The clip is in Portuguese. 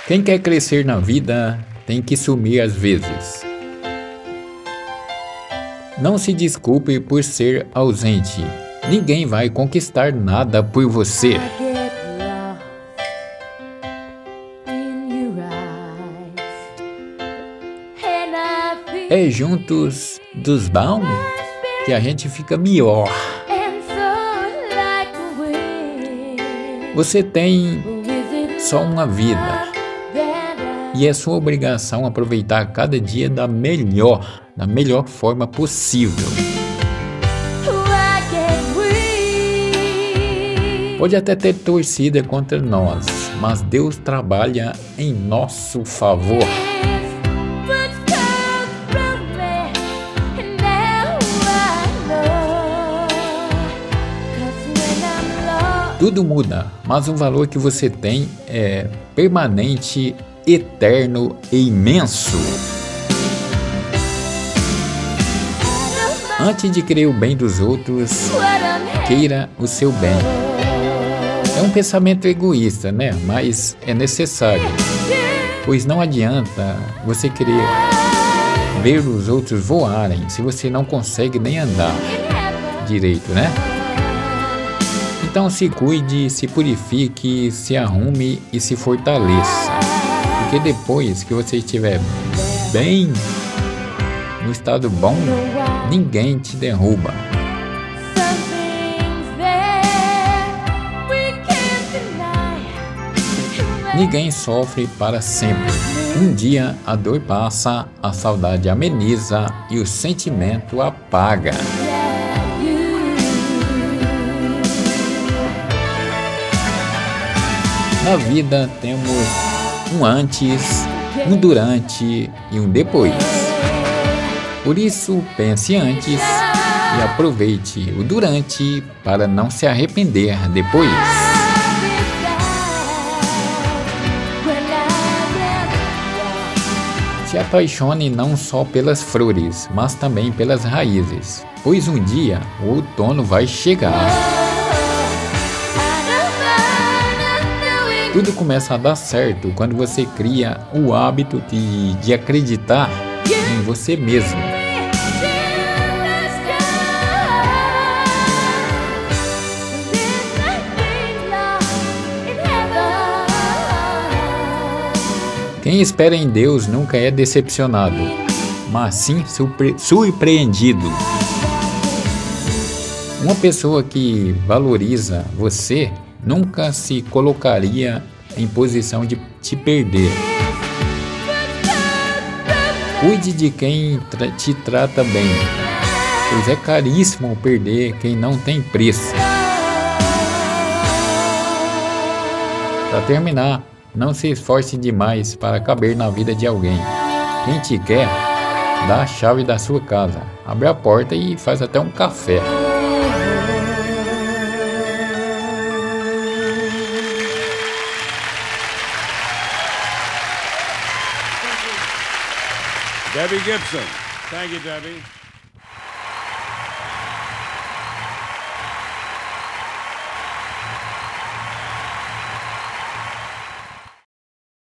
Quem quer crescer na vida tem que sumir às vezes. Não se desculpe por ser ausente. Ninguém vai conquistar nada por você. É juntos dos bons que a gente fica melhor. Você tem só uma vida e é sua obrigação aproveitar cada dia da melhor forma possível. Pode até ter torcida contra nós, mas Deus trabalha em nosso favor. Tudo muda, mas o valor que você tem é permanente, eterno e imenso. Antes de querer o bem dos outros, queira o seu bem. É um pensamento egoísta, né? Mas é necessário, pois não adianta você querer ver os outros voarem se você não consegue nem andar direito, né? Então se cuide, se purifique, se arrume e se fortaleça. Porque depois que você estiver bem, no estado bom, ninguém te derruba. Ninguém sofre para sempre. Um dia a dor passa, a saudade ameniza e o sentimento apaga. Na vida temos um antes, um durante e um depois. Por isso, pense antes e aproveite o durante para não se arrepender depois. Se apaixone não só pelas flores, mas também pelas raízes, pois um dia o outono vai chegar. Tudo começa a dar certo quando você cria o hábito de acreditar em você mesmo. Quem espera em Deus nunca é decepcionado, mas sim surpreendido. Uma pessoa que valoriza você nunca se colocaria em posição de te perder. Cuide de quem te trata bem, pois é caríssimo perder quem não tem preço. Para terminar, não se esforce demais para caber na vida de alguém. Quem te quer, dá a chave da sua casa, abre a porta e faz até um café. Debbie Gibson. Thank you, Debbie.